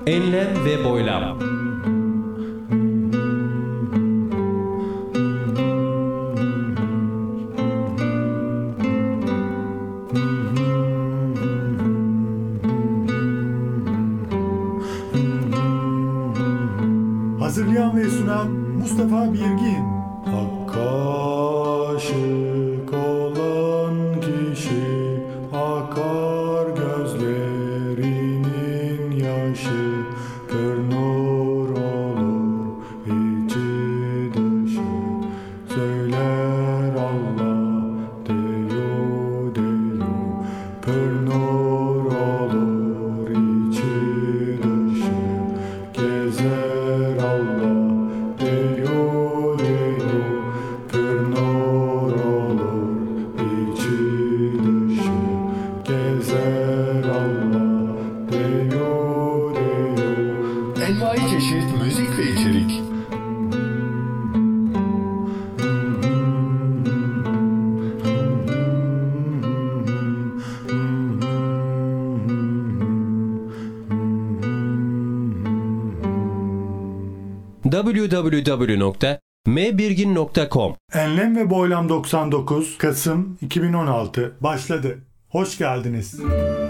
Enlem ve boylam. Hazırlayan ve sunan Mustafa Birgin. Hakka aşık olan kişi akar gözlerinin yaşı, kör nur olur içi dışı, söyler Allah deyu deyu, kör nur olur içi dışı, gezer Allah deyu deyu, kör nur olur içi dışı, gezer Allah deyu deyu. Envai çeşit müzik ve içerik. www.mbirgin.com Enlem ve Boylam 99 Kasım 2016 başladı. Hoş geldiniz.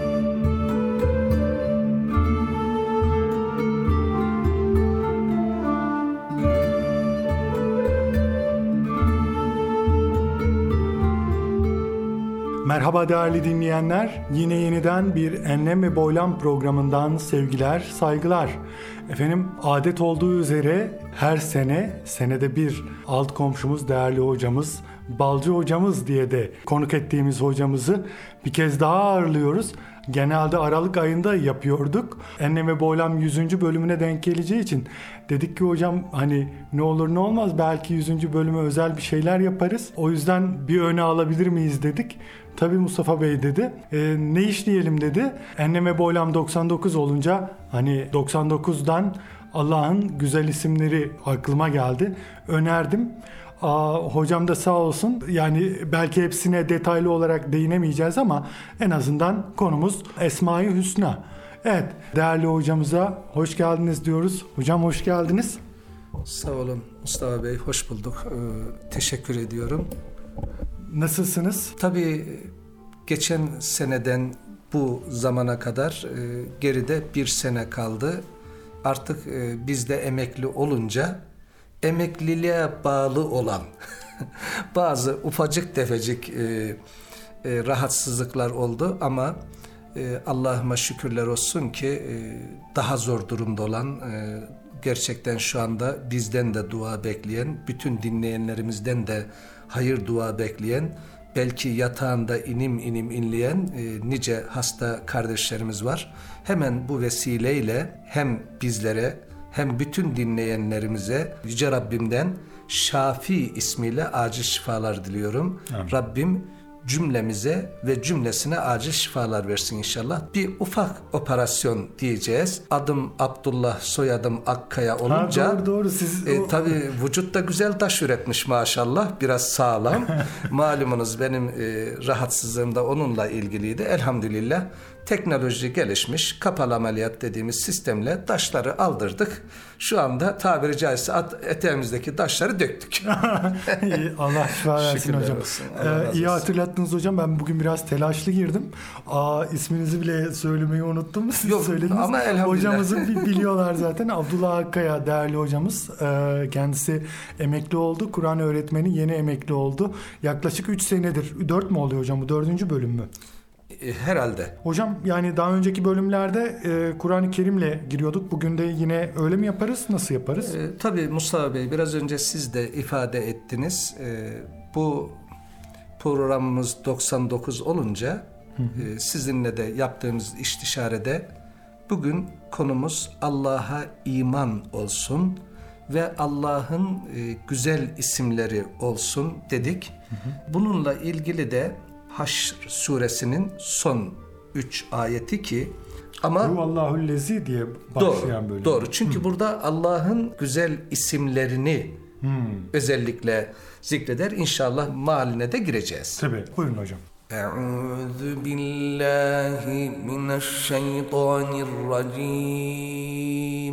Merhaba değerli dinleyenler. Yine yeniden bir Enlem ve Boylam programından sevgiler, saygılar. Efendim adet olduğu üzere her senede bir alt komşumuz, değerli hocamız, Balcı hocamız diye de konuk ettiğimiz hocamızı bir kez daha ağırlıyoruz. Genelde Aralık ayında yapıyorduk. Enlem ve Boylam 100. bölümüne denk geleceği için dedik ki hocam hani ne olur ne olmaz belki 100. bölüme özel bir şeyler yaparız. O yüzden bir öne alabilir miyiz dedik. Tabii Mustafa Bey dedi. Ne işleyelim dedi. Enlem ve Boylam 99 olunca hani 99'dan Allah'ın güzel isimleri aklıma geldi. Önerdim. Hocam da sağ olsun. Yani belki hepsine detaylı olarak değinemeyeceğiz ama en azından konumuz Esma-i Hüsna. Evet, değerli hocamıza hoş geldiniz diyoruz. Hocam hoş geldiniz. Sağ olun Mustafa Bey, hoş bulduk. Teşekkür ediyorum. Nasılsınız? Tabii geçen seneden bu zamana kadar geride bir sene kaldı. Artık biz de emekli olunca emekliliğe bağlı olan bazı ufacık tefecik rahatsızlıklar oldu ama Allah'ıma şükürler olsun ki daha zor durumda olan, gerçekten şu anda bizden de dua bekleyen, bütün dinleyenlerimizden de hayır dua bekleyen, belki yatağında inim inim inleyen nice hasta kardeşlerimiz var. Hemen bu vesileyle hem bizlere hem bütün dinleyenlerimize Yüce Rabbimden Şafi ismiyle acil şifalar diliyorum. Amin. Rabbim cümlemize ve cümlesine acil şifalar versin inşallah. Bir ufak operasyon diyeceğiz. Adım Abdullah, soyadım Akkaya olunca doğru. Siz tabii vücutta güzel taş üretmiş maşallah. Biraz sağlam. Malumunuz benim rahatsızlığım da onunla ilgiliydi. Elhamdülillah teknoloji gelişmiş. Kapalı ameliyat dediğimiz sistemle taşları aldırdık. Şu anda tabiri caizse eteğimizdeki taşları döktük. Allah şifa versin hocam. İyi hatırlattınız hocam. Ben bugün biraz telaşlı girdim. İsminizi bile söylemeyi unuttum. Siz söylediniz. Ama hocamızı biliyorlar zaten. Abdullah Akkaya değerli hocamız. Kendisi emekli oldu. Kur'an öğretmeni, yeni emekli oldu. Yaklaşık 3 senedir. 4 mü oluyor hocam? Bu 4. bölüm mü? Herhalde. Hocam yani daha önceki bölümlerde Kur'an-ı Kerim'le giriyorduk. Bugün de yine öyle mi yaparız? Nasıl yaparız? Tabii Mustafa Bey, biraz önce siz de ifade ettiniz. Bu programımız 99 olunca sizinle de yaptığımız istişarede bugün konumuz Allah'a iman olsun ve Allah'ın güzel isimleri olsun dedik. Bununla ilgili de Haşr suresinin son 3 ayeti ki ama Huvallahu'llezi diye başlayan bölüm. Doğru. Çünkü burada Allah'ın güzel isimlerini özellikle zikreder. İnşallah mahaline de gireceğiz. Tabii. Buyurun hocam. أعوذ بالله من الشيطان الرجيم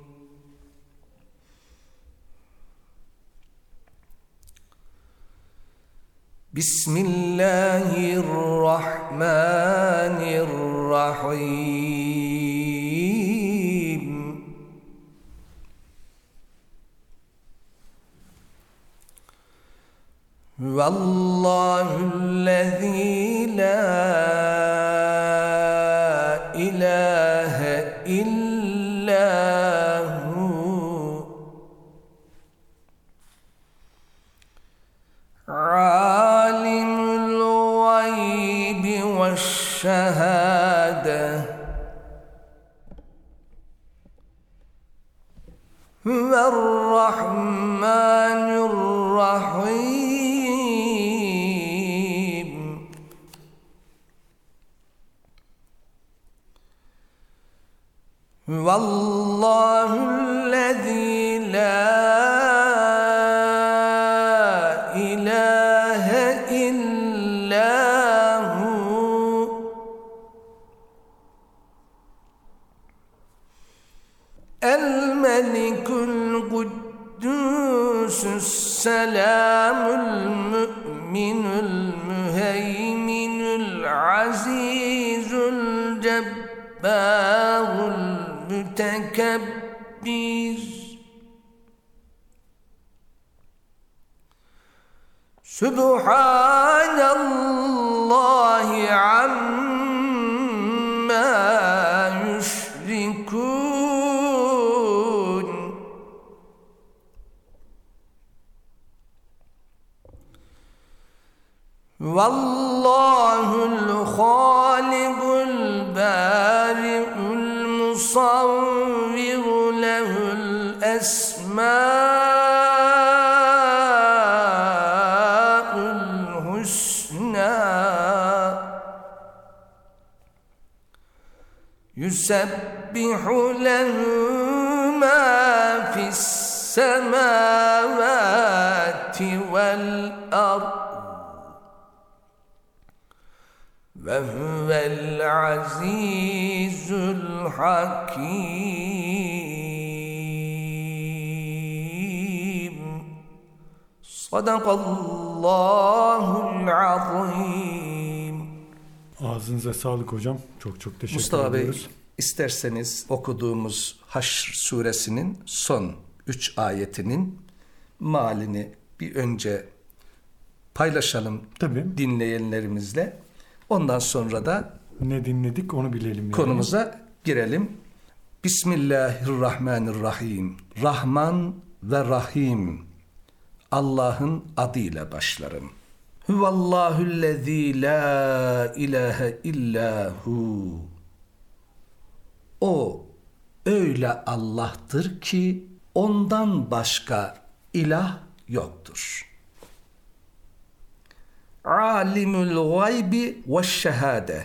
بسم الله الرحمن الرحيم والله الذي لا إله إلا هو عالم الغيب والشهادة هو الرحمن الرحيم والله الذي لا إله إلا هو الملك القدوس السلام المؤمن المهيمن العزيز الجبار المتكبر سبحان الله عما يشركون والله الخالق البارئ المصور له الأسماء الحسنى يسبح له ما في السماوات والأرض وهو العزيز الحكيم صدق الله العظيم. Ağzınıza sağlık hocam. Çok teşekkür Mustafa Bey, ediyoruz. isterseniz okuduğumuz Haşr suresinin son 3 ayetinin mealini bir önce paylaşalım Tabii. dinleyenlerimizle. Ondan sonra da Ne dinledik onu bilelim. Yani. konumuza girelim. Bismillahirrahmanirrahim. Rahman ve Rahim. Allah'ın adıyla başlarım. Huvallahüllezî la ilahe illahu. O öyle Allah'tır ki ondan başka ilah yoktur. Alimul gaybi ve şehade.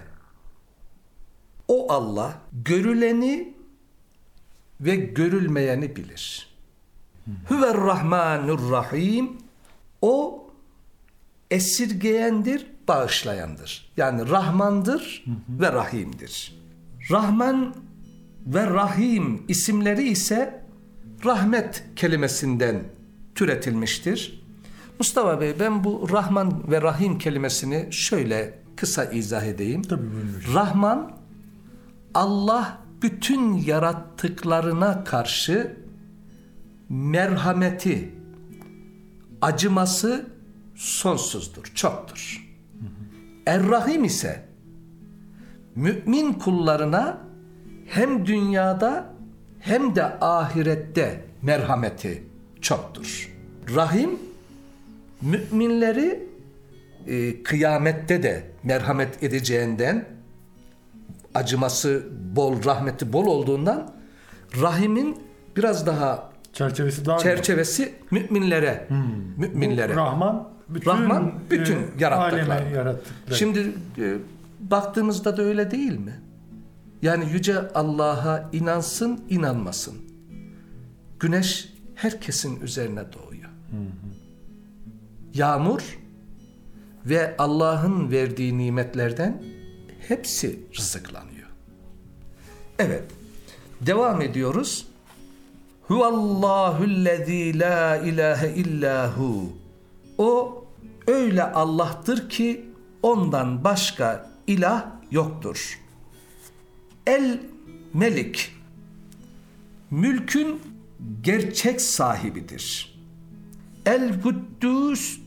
O Allah görüleni ve görülmeyeni bilir. Huverrahmanurrahim. O esirgeyendir, bağışlayandır. Yani Rahmandır ve Rahim'dir. Rahman ve Rahim isimleri ise rahmet kelimesinden türetilmiştir. Mustafa Bey, ben bu Rahman ve Rahim kelimesini şöyle kısa izah edeyim. Tabii buyurun. Rahman, Allah bütün yarattıklarına karşı merhameti, acıması sonsuzdur, çoktur. Er-Rahim ise mümin kullarına hem dünyada hem de ahirette merhameti çoktur. Rahim, müminleri kıyamette de merhamet edeceğinden, acıması bol, rahmeti bol olduğundan Rahim'in biraz daha çerçevesi müminlere. Müminlere. Rahman bütün yarattıklar. yarattıklar. Şimdi baktığımızda da öyle değil mi? Yani yüce Allah'a inansın, inanmasın. Güneş herkesin üzerine doğuyor. Yağmur ve Allah'ın verdiği nimetlerden hepsi rızıklanıyor. Evet, devam ediyoruz. Huvallahu'llezî la ilahe illâhu. O öyle Allah'tır ki ondan başka ilah yoktur. El Melik, mülkün gerçek sahibidir. El Kuddus,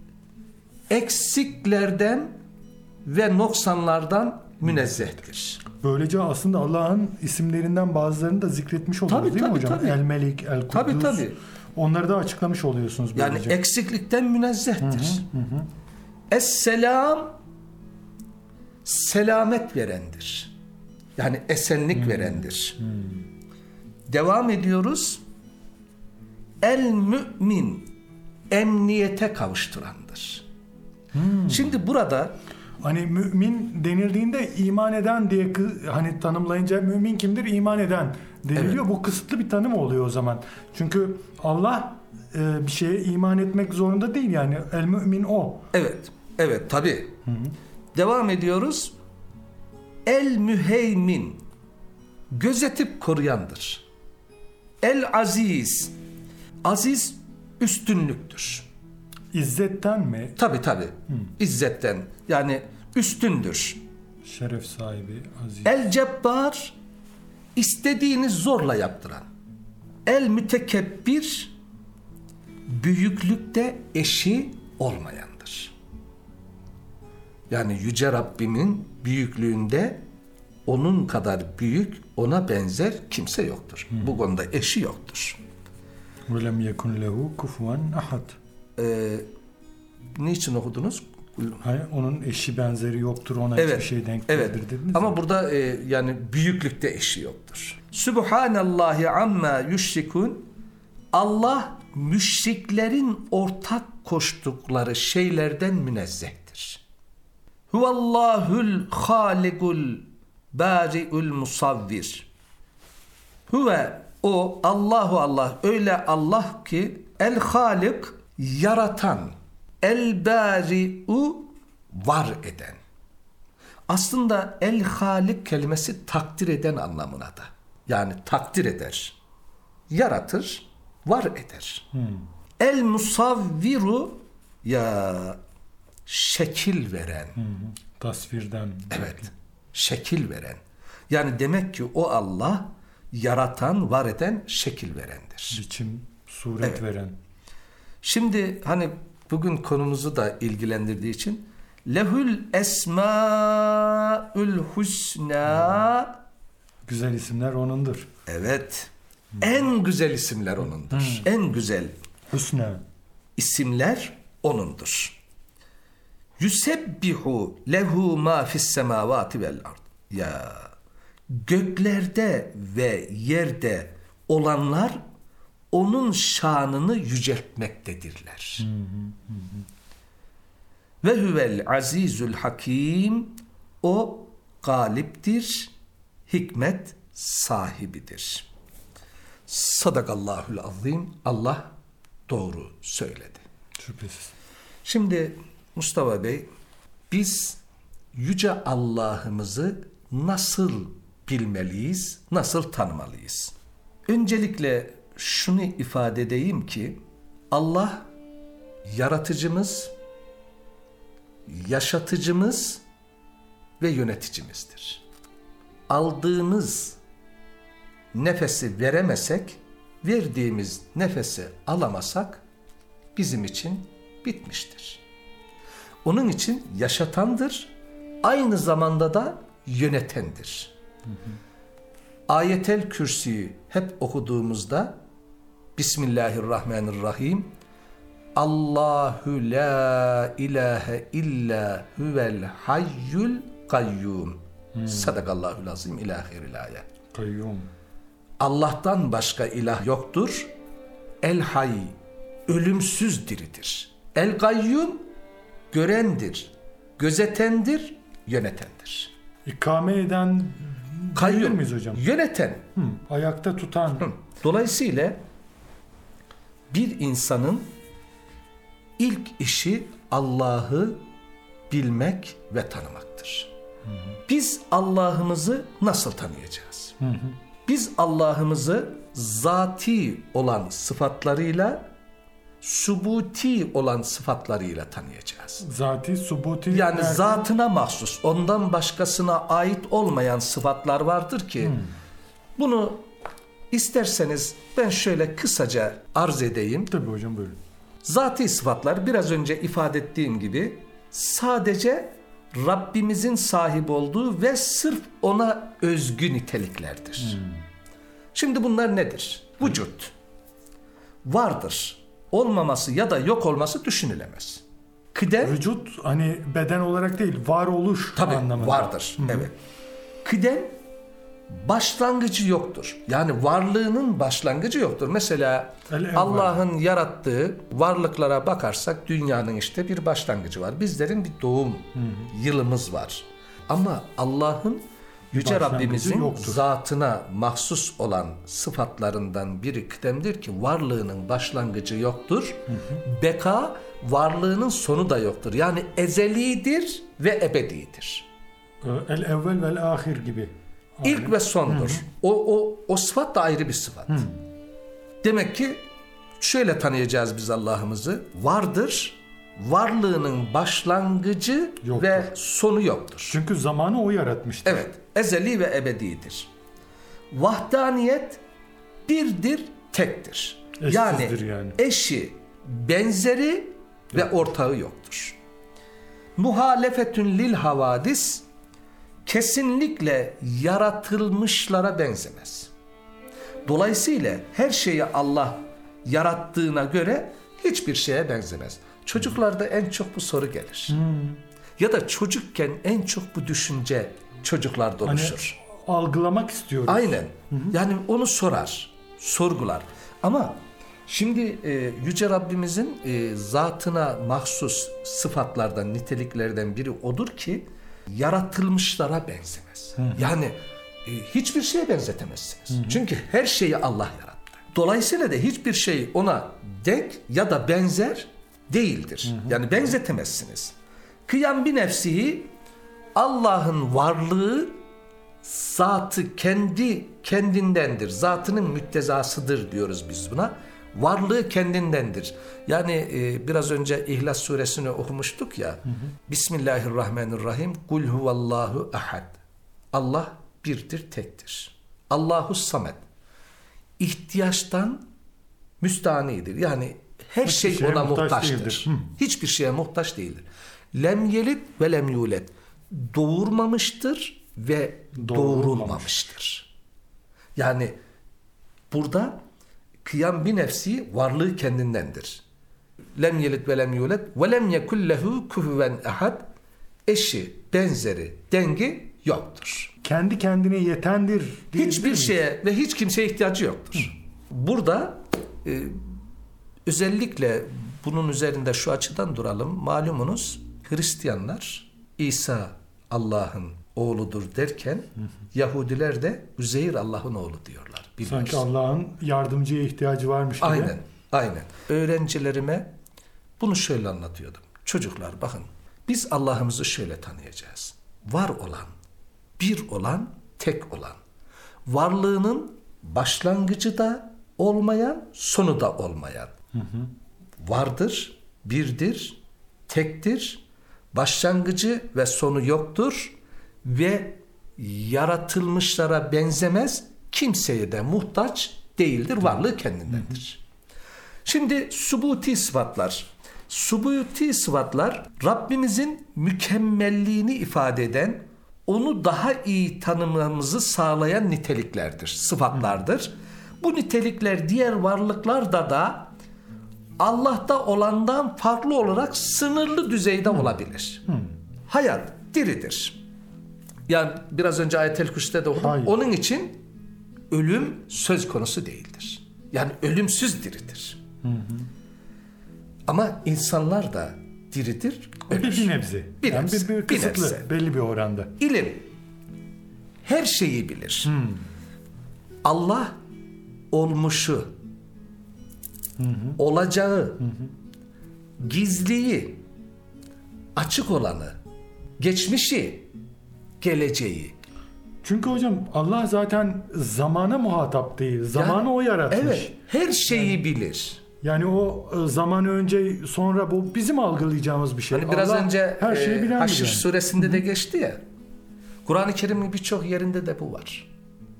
eksiklerden ve noksanlardan münezzehtir. Böylece aslında Allah'ın isimlerinden bazılarını da zikretmiş oluyoruz değil mi hocam? Tabii. El Melik, El Kuddus. Tabii. Onları da açıklamış oluyorsunuz böylece. Yani eksiklikten münezzehtir. Es-selam, selamet verendir. Yani esenlik verendir. Devam ediyoruz. El-mü'min, emniyete kavuşturandır. Şimdi burada Hani mümin denildiğinde iman eden diye hani tanımlayınca mümin kimdir? İman eden deniliyor. Bu kısıtlı bir tanım oluyor o zaman. Çünkü Allah bir şeye iman etmek zorunda değil yani. El mümin o. Evet tabii. Devam ediyoruz. El müheymin, gözetip koruyandır. El aziz, aziz üstünlüktür. İzzetten mi? Tabii. İzzetten, yani üstündür. Şeref sahibi, aziz. El cebbar, istediğini zorla yaptıran. El mütekebbir, büyüklükte eşi olmayandır. Yani Yüce Rabbimin büyüklüğünde onun kadar büyük, ona benzer kimse yoktur. Bu konuda eşi yoktur. وَلَمْ يَكُنْ لَهُ كُفُوًا أَحَدٍ. Niçin okudunuz? Hayır, onun eşi benzeri yoktur, ona hiçbir şey denk değildir dediniz. Ama burada yani büyüklükte eşi yoktur. Sübhanallahi amma yüşrikun. Allah müşriklerin ortak koştukları şeylerden münezzehtir. Huvallahul halikul bari'ul musavvir. Huve, o Allah öyle Allah ki el halik, yaratan, el bari'u, var eden. Aslında el halik kelimesi takdir eden anlamına da. Yani takdir eder, yaratır, var eder. El musavviru, ya şekil veren. Tasvirden. Evet, şekil veren. Yani demek ki o Allah yaratan, var eden, şekil verendir. Biçim, suret veren. Şimdi hani bugün konumuzu da ilgilendirdiği için lehül esmaül husna. Güzel isimler onundur. Evet. En güzel isimler onundur. En güzel Hüsna. isimler onundur. Yusebbihu lehu ma fis semavati vel ard. Ya göklerde ve yerde olanlar onun şanını yüceltmektedirler. Ve huvel azizul hakim, o galiptir, hikmet sahibidir. Sadakallahul azim. Allah doğru söyledi. Şüphesiz. Şimdi Mustafa Bey, biz yüce Allah'ımızı nasıl bilmeliyiz, nasıl tanımalıyız? Öncelikle şunu ifade edeyim ki Allah yaratıcımız, yaşatıcımız ve yöneticimizdir. Aldığımız nefesi veremesek, verdiğimiz nefesi alamasak bizim için bitmiştir. Onun için yaşatandır, aynı zamanda da yönetendir. Ayetel Kürsi'yi hep okuduğumuzda Bismillahirrahmanirrahim, Allahu la ilahe illa huvel hayyul kayyum. Sadakallahul azim ila ahiril ayet. Kayyum. Allah'tan başka ilah yoktur. El hay, ölümsüz diridir. El kayyum, görendir, gözetendir, yönetendir. İkame eden diyebilir Kayyum, miyiz hocam? yöneten. Ayakta tutan. Dolayısıyla bir insanın ilk işi Allah'ı bilmek ve tanımaktır. Biz Allah'ımızı nasıl tanıyacağız? Biz Allah'ımızı zati olan sıfatlarıyla, subuti olan sıfatlarıyla tanıyacağız. Zati, subuti... Yani nerede? zatına mahsus, ondan başkasına ait olmayan sıfatlar vardır ki, bunu isterseniz ben şöyle kısaca arz edeyim. Tabii hocam, buyurun. Zati sıfatlar biraz önce ifade ettiğim gibi sadece Rabbimizin sahip olduğu ve sırf ona özgü niteliklerdir. Şimdi bunlar nedir? Vücut. Vardır. Olmaması ya da yok olması düşünülemez. Kıdem. Vücut hani beden olarak değil, varoluş Tabii anlamında. vardır. Evet. Kıdem başlangıcı yoktur. Yani varlığının başlangıcı yoktur. Mesela Allah'ın yarattığı varlıklara bakarsak dünyanın işte bir başlangıcı var. Bizlerin bir doğum yılımız var. Ama Allah'ın Yüce Rabbimizin yoktur. zatına mahsus olan sıfatlarından biri kıdemdir ki varlığının başlangıcı yoktur. Beka varlığının sonu da yoktur. Yani ezelidir ve ebedidir. El evvel vel ahir gibi. İlk ve sondur. O sıfat da ayrı bir sıfat. Demek ki şöyle tanıyacağız biz Allah'ımızı. Vardır, varlığının başlangıcı Yoktur. ve sonu yoktur. Çünkü zamanı o yaratmıştır. Evet, ezeli ve ebedidir. Vahdaniyet birdir, tektir. Eşsizdir yani. Eşi, benzeri ve ortağı yoktur. Muhalefetün lil havadis kesinlikle yaratılmışlara benzemez. Dolayısıyla her şeyi Allah yarattığına göre hiçbir şeye benzemez. Çocuklarda en çok bu soru gelir. Ya da çocukken en çok bu düşünce çocuklarda oluşur. Hani algılamak istiyoruz. Aynen. Yani onu sorar, sorgular. Ama şimdi Yüce Rabbimizin zatına mahsus sıfatlardan, niteliklerden biri odur ki yaratılmışlara benzemez. Yani hiçbir şeye benzetemezsiniz. Çünkü her şeyi Allah yarattı. Dolayısıyla da hiçbir şey ona denk ya da benzer değildir. Yani benzetemezsiniz. Kıyam bir nefsihi, Allah'ın varlığı zatı kendindendir. Zatının müktezasıdır diyoruz biz buna. Varlığı kendindendir. Yani biraz önce İhlas suresini okumuştuk ya. Bismillahirrahmanirrahim. Kul huvallahu ahad. Allah birdir, tektir. Allahu samed. İhtiyaçtan müstanidir. Yani her şey ona muhtaçtır. Hiçbir şeye muhtaç değildir. Lem yelit ve lem yulet. Doğurmamıştır ve doğurulmamıştır. Yani burada kıyam bir nefsi varlığı kendindendir. Lem yelit ve lem yulet ve lem yekul lehu kufuven ahad. Eşi, benzeri, dengi yoktur. Kendi kendine yetendir. Hiçbir şeye ve hiç kimseye ihtiyacı yoktur. Burada özellikle bunun üzerinde şu açıdan duralım. Malumunuz Hristiyanlar İsa Allah'ın oğludur derken Yahudiler de Üzeyr Allah'ın oğlu diyorlar. Sanki Allah'ın yardımcıya ihtiyacı varmış gibi. Aynen. Öğrencilerime bunu şöyle anlatıyordum. Çocuklar bakın, biz Allah'ımızı şöyle tanıyacağız. Var olan, bir olan, tek olan. Varlığının başlangıcı da olmayan, sonu da olmayan. Vardır, birdir, tektir, başlangıcı ve sonu yoktur ve yaratılmışlara benzemez, kimseye de muhtaç değildir, varlığı kendindendir. Şimdi subuti sıfatlar. Subuti sıfatlar Rabbimizin mükemmelliğini ifade eden, onu daha iyi tanımamızı sağlayan niteliklerdir, sıfatlardır. Bu nitelikler diğer varlıklarda da Allah'ta olandan farklı olarak sınırlı düzeyde olabilir. Hayat diridir. Yani biraz önce Ayet-el Kürsü'de de okudum. Hayır. Onun için ölüm söz konusu değildir. Yani ölümsüz diridir. Ama insanlar da diridir, ölür. Bir nebze. Bir yani nebze, bir kısıtlı, nebze. belli bir oranda. İlim her şeyi bilir. Allah olmuşu, olacağı, gizliyi, açık olanı, geçmişi, geleceği. Çünkü hocam Allah zaten zamana muhatap değil. Zamanı Yani, o yaratmış. Evet, her şeyi bilir. Yani o zaman önce sonra bu bizim algılayacağımız bir şey. Hani biraz Allah önce her şeyi bilen Haşr bir suresinde de geçti ya. Kur'an-ı Kerim'in birçok yerinde de bu var.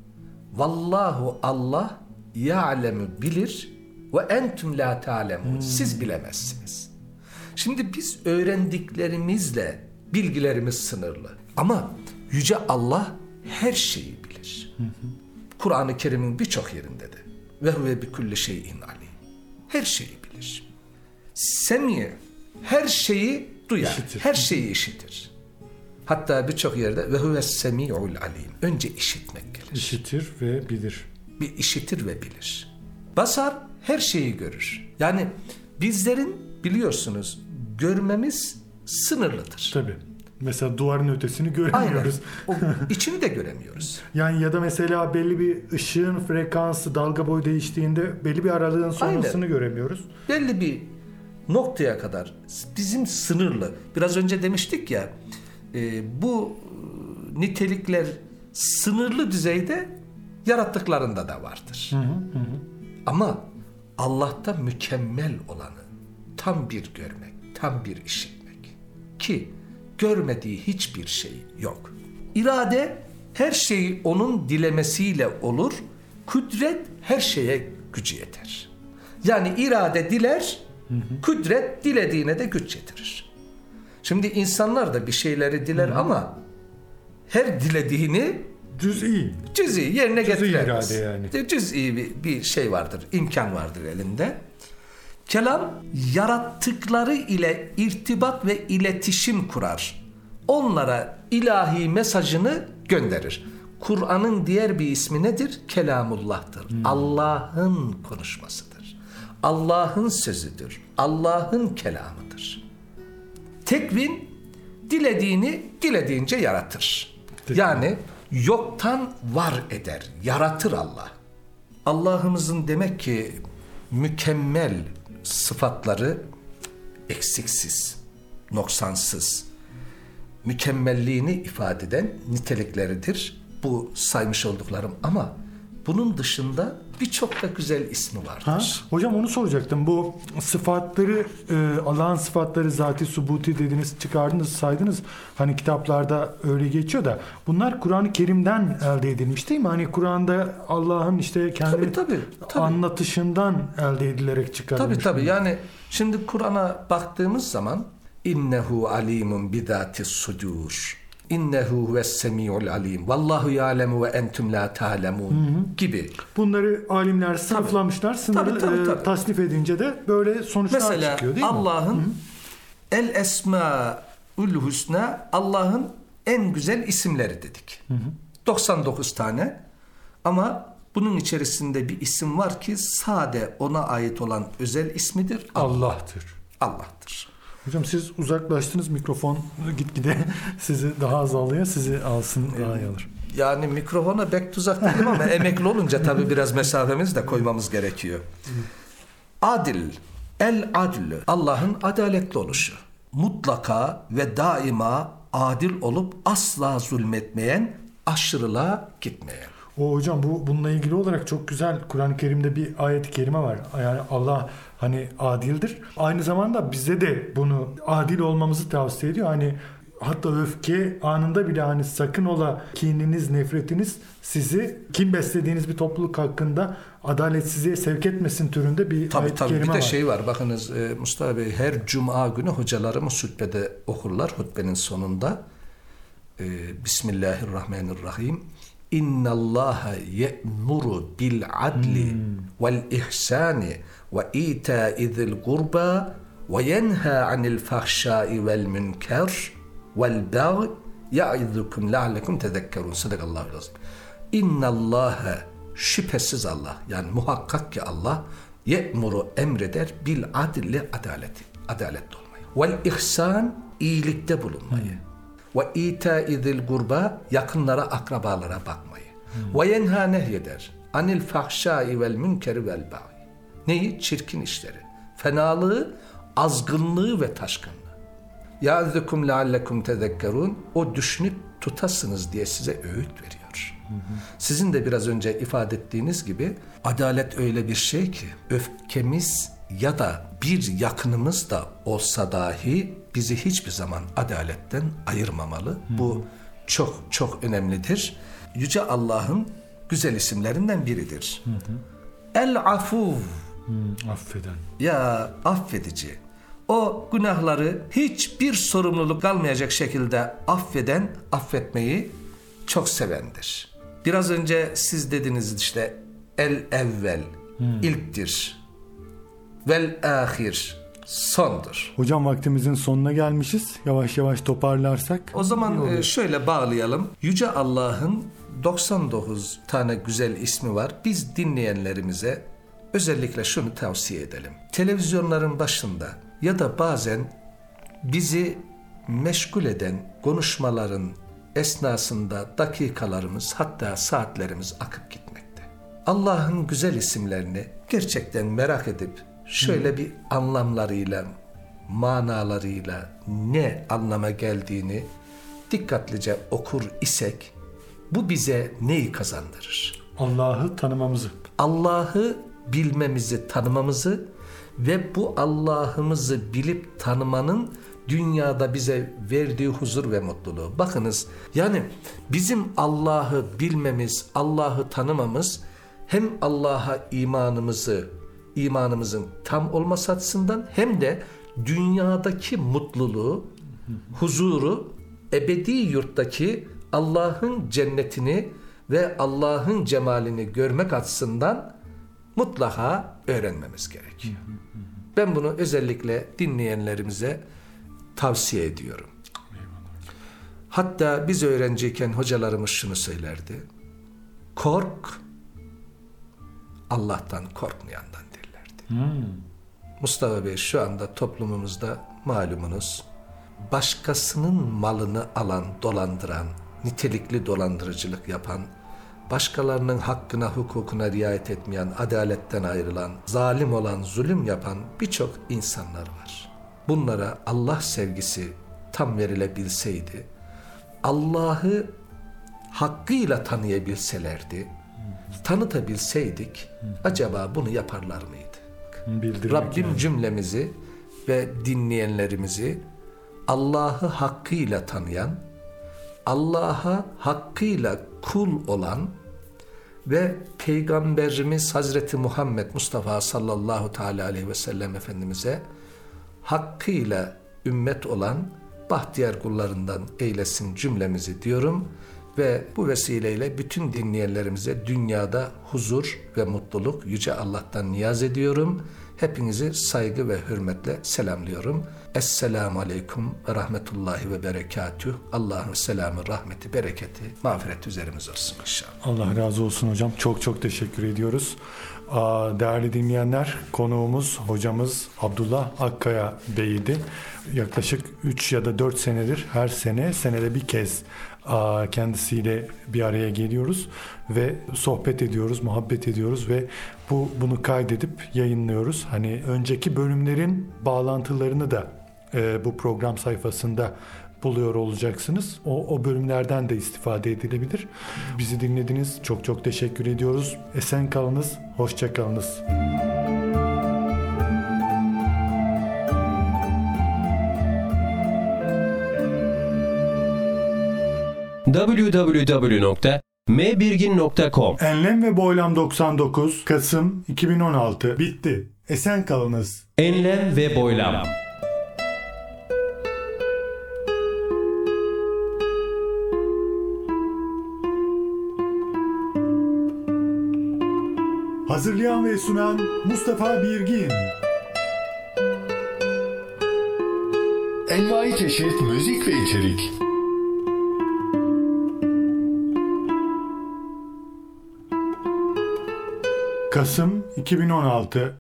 Vallahu Allah ya'lemu bilir ve entum la ta'lemun. Siz bilemezsiniz. Şimdi biz öğrendiklerimizle bilgilerimiz sınırlı. Ama Yüce Allah her şeyi bilir. Kur'an-ı Kerim'in birçok yerinde de. Ve huve bi kulli şeyin alim. Her şeyi bilir. Semi, her şeyi duyar. İşitir. Her şeyi işitir. Hatta birçok yerde ve huve semi'ul alim. Önce işitmek gelir. İşitir ve bilir. Bir işitir ve bilir. Basar her şeyi görür. Yani bizlerin biliyorsunuz görmemiz sınırlıdır. Tabii. Mesela duvarın ötesini Aynen. göremiyoruz. O içini de göremiyoruz. Yani ya da mesela belli bir ışığın frekansı, dalga boyu değiştiğinde belli bir aralığın sonrasını göremiyoruz. Belli bir noktaya kadar bizim sınırlı. Biraz önce demiştik ya bu nitelikler sınırlı düzeyde yarattıklarında da vardır. Ama Allah'ta mükemmel olanı tam bir görmek, tam bir işitmek. Ki görmediği hiçbir şey yok. İrade her şeyi onun dilemesiyle olur. Kudret her şeye gücü yeter. Yani irade diler, kudret dilediğine de güç yetirir. Şimdi insanlar da bir şeyleri diler ama her dilediğini cüz'i yerine getiremez. Cüz'i irade yani. Cüz'i bir şey vardır, imkan vardır elinde. Kelam yarattıkları ile irtibat ve iletişim kurar. Onlara ilahi mesajını gönderir. Kur'an'ın diğer bir ismi nedir? Kelamullah'tır. Allah'ın konuşmasıdır. Allah'ın sözüdür. Allah'ın kelamıdır. Tekvin dilediğini dilediğince yaratır. Yani yoktan var eder, yaratır Allah. Allah'ımızın demek ki mükemmel sıfatları eksiksiz, noksansız, mükemmelliğini ifade eden nitelikleridir. Bu saymış olduklarım ama bunun dışında birçok da güzel ismi vardır. Hocam onu soracaktım. Bu sıfatları, Allah'ın sıfatları zati, subuti dediniz, çıkardınız, saydınız. Hani kitaplarda öyle geçiyor da bunlar Kur'an-ı Kerim'den elde edilmiş değil mi? Hani Kur'an'da Allah'ın işte kendi Tabii. anlatışından elde edilerek çıkarılmış. Tabii. Yani şimdi Kur'an'a baktığımız zaman innehu alimun bidatis sudur. İnnehu huves-semi'ul alim. Vallahu ya'lemu ve entum la ta'lemun gibi. Bunları alimler sınıflamışlar. Sınırı Tabii. tasnif edince de böyle sonuçlar Mesela çıkıyor değil mi? Allah'ın El Esmaül Hüsna, Allah'ın en güzel isimleri dedik. 99 tane. Ama bunun içerisinde bir isim var ki sade ona ait olan özel ismidir. Allah'tır. Hocam siz uzaklaştınız, mikrofon gitgide sizi daha az alıyor, sizi alsın daha iyi olur. Yani mikrofona pek tuzak değilim ama emekli olunca tabii biraz mesafemizi de koymamız gerekiyor. Adil, el-adl, Allah'ın adaletli oluşu. Mutlaka ve daima adil olup asla zulmetmeyen, aşırılığa gitmeyen. O hocam bununla ilgili olarak çok güzel Kur'an-ı Kerim'de bir ayet-i kerime var. Yani Allah hani adildir. Aynı zamanda bize de bunu adil olmamızı tavsiye ediyor. Hani hatta öfke anında bile hani sakın ola kininiz, nefretiniz sizi kin beslediğiniz bir topluluk hakkında adaletsizliğe sevk etmesin türünde bir ayet-i kerime var. Bir de şey var. Bakınız Mustafa Bey, her cuma günü hocalarımız hutbede okurlar. Hutbenin sonunda Bismillahirrahmanirrahim. İnnallâhe ye'muru bil adli vel ihsani ve itâi zil gurba ve yenhâ anil fahşâi vel münker vel bag'i ya'izukum leallekum tezekkerûn. Sadakallâhu azim. İnnallâhe, şüphesiz Allah, yani muhakkak ki Allah ye'muru, emreder bil adli, adaletli olmayı. Vel ihsan, iyilikte bulunmayı. Ve itâi zil gurba, yakınlara, akrabalara bakmayı. Ve yenhâ, nehyeder anil fahşâi vel münkeri vel bag'i. Neyi? Çirkin işleri, fenalığı, azgınlığı ve taşkınlığı. Ya'zukum leallekum tezekkerun. O düşünüp tutasınız diye size öğüt veriyor. Sizin de biraz önce ifade ettiğiniz gibi adalet öyle bir şey ki öfkemiz ya da bir yakınımız da olsa dahi bizi hiçbir zaman adaletten ayırmamalı. Bu çok çok önemlidir. Yüce Allah'ın güzel isimlerinden biridir. El-Afuv. Affeden. Ya affedici. O günahları hiçbir sorumluluk kalmayacak şekilde affeden, affetmeyi çok sevendir. Biraz önce siz dediniz işte el-evvel, ilktir. Vel-ahir, sondur. Hocam vaktimizin sonuna gelmişiz. Yavaş yavaş toparlarsak. O zaman şöyle bağlayalım. Yüce Allah'ın 99 tane güzel ismi var. Biz dinleyenlerimize özellikle şunu tavsiye edelim. Televizyonların başında ya da bazen bizi meşgul eden konuşmaların esnasında dakikalarımız hatta saatlerimiz akıp gitmekte. Allah'ın güzel isimlerini gerçekten merak edip şöyle bir anlamlarıyla, manalarıyla ne anlama geldiğini dikkatlice okur isek bu bize neyi kazandırır? Allah'ı tanımamızı. Allah'ı bilmemizi, tanımamızı ve bu Allah'ımızı bilip tanımanın dünyada bize verdiği huzur ve mutluluğu. Bakınız yani bizim Allah'ı bilmemiz, Allah'ı tanımamız hem Allah'a imanımızın tam olması açısından hem de dünyadaki mutluluğu, huzuru, ebedi yurttaki Allah'ın cennetini ve Allah'ın cemalini görmek açısından mutlaka öğrenmemiz gerekiyor. Ben bunu özellikle dinleyenlerimize tavsiye ediyorum. Hatta biz öğrenciyken hocalarımız şunu söylerdi. Kork, Allah'tan korkmayandan derlerdi. Mustafa Bey şu anda toplumumuzda malumunuz başkasının malını alan, dolandıran, nitelikli dolandırıcılık yapan, başkalarının hakkına, hukukuna riayet etmeyen, adaletten ayrılan, zalim olan, zulüm yapan birçok insanlar var. Bunlara Allah sevgisi tam verilebilseydi, Allah'ı hakkıyla tanıyabilselerdi, tanıtabilseydik, acaba bunu yaparlar mıydı? Rabbim cümlemizi ve dinleyenlerimizi Allah'ı hakkıyla tanıyan, Allah'a hakkıyla kul olan ve Peygamberimiz Hazreti Muhammed Mustafa sallallahu teala aleyhi ve sellem Efendimiz'e hakkıyla ümmet olan bahtiyar kullarından eylesin cümlemizi diyorum ve bu vesileyle bütün dinleyenlerimize dünyada huzur ve mutluluk Yüce Allah'tan niyaz ediyorum. Hepinizi saygı ve hürmetle selamlıyorum. Esselamu Aleyküm ve Rahmetullahi ve Berekatüh. Allah'ın selamı, rahmeti, bereketi, mağfiret üzerimiz olsun inşallah. Allah razı olsun hocam. Çok çok teşekkür ediyoruz. Değerli dinleyenler, konuğumuz hocamız Abdullah Akkaya Bey'di. Yaklaşık 3 ya da 4 senedir her senede bir kez kendisiyle bir araya geliyoruz ve sohbet ediyoruz, muhabbet ediyoruz ve bunu kaydedip yayınlıyoruz. Hani önceki bölümlerin bağlantılarını da bu program sayfasında buluyor olacaksınız. O bölümlerden de istifade edilebilir. Bizi dinlediniz. Çok çok teşekkür ediyoruz. Esen kalınız, hoşça kalınız. www.mbirgin.com Enlem ve Boylam 99 Kasım 2016 bitti. Esen kalınız. Enlem ve Boylam. Hazırlayan ve sunan Mustafa Birgin. Envai çeşit müzik ve içerik. Kasım 2016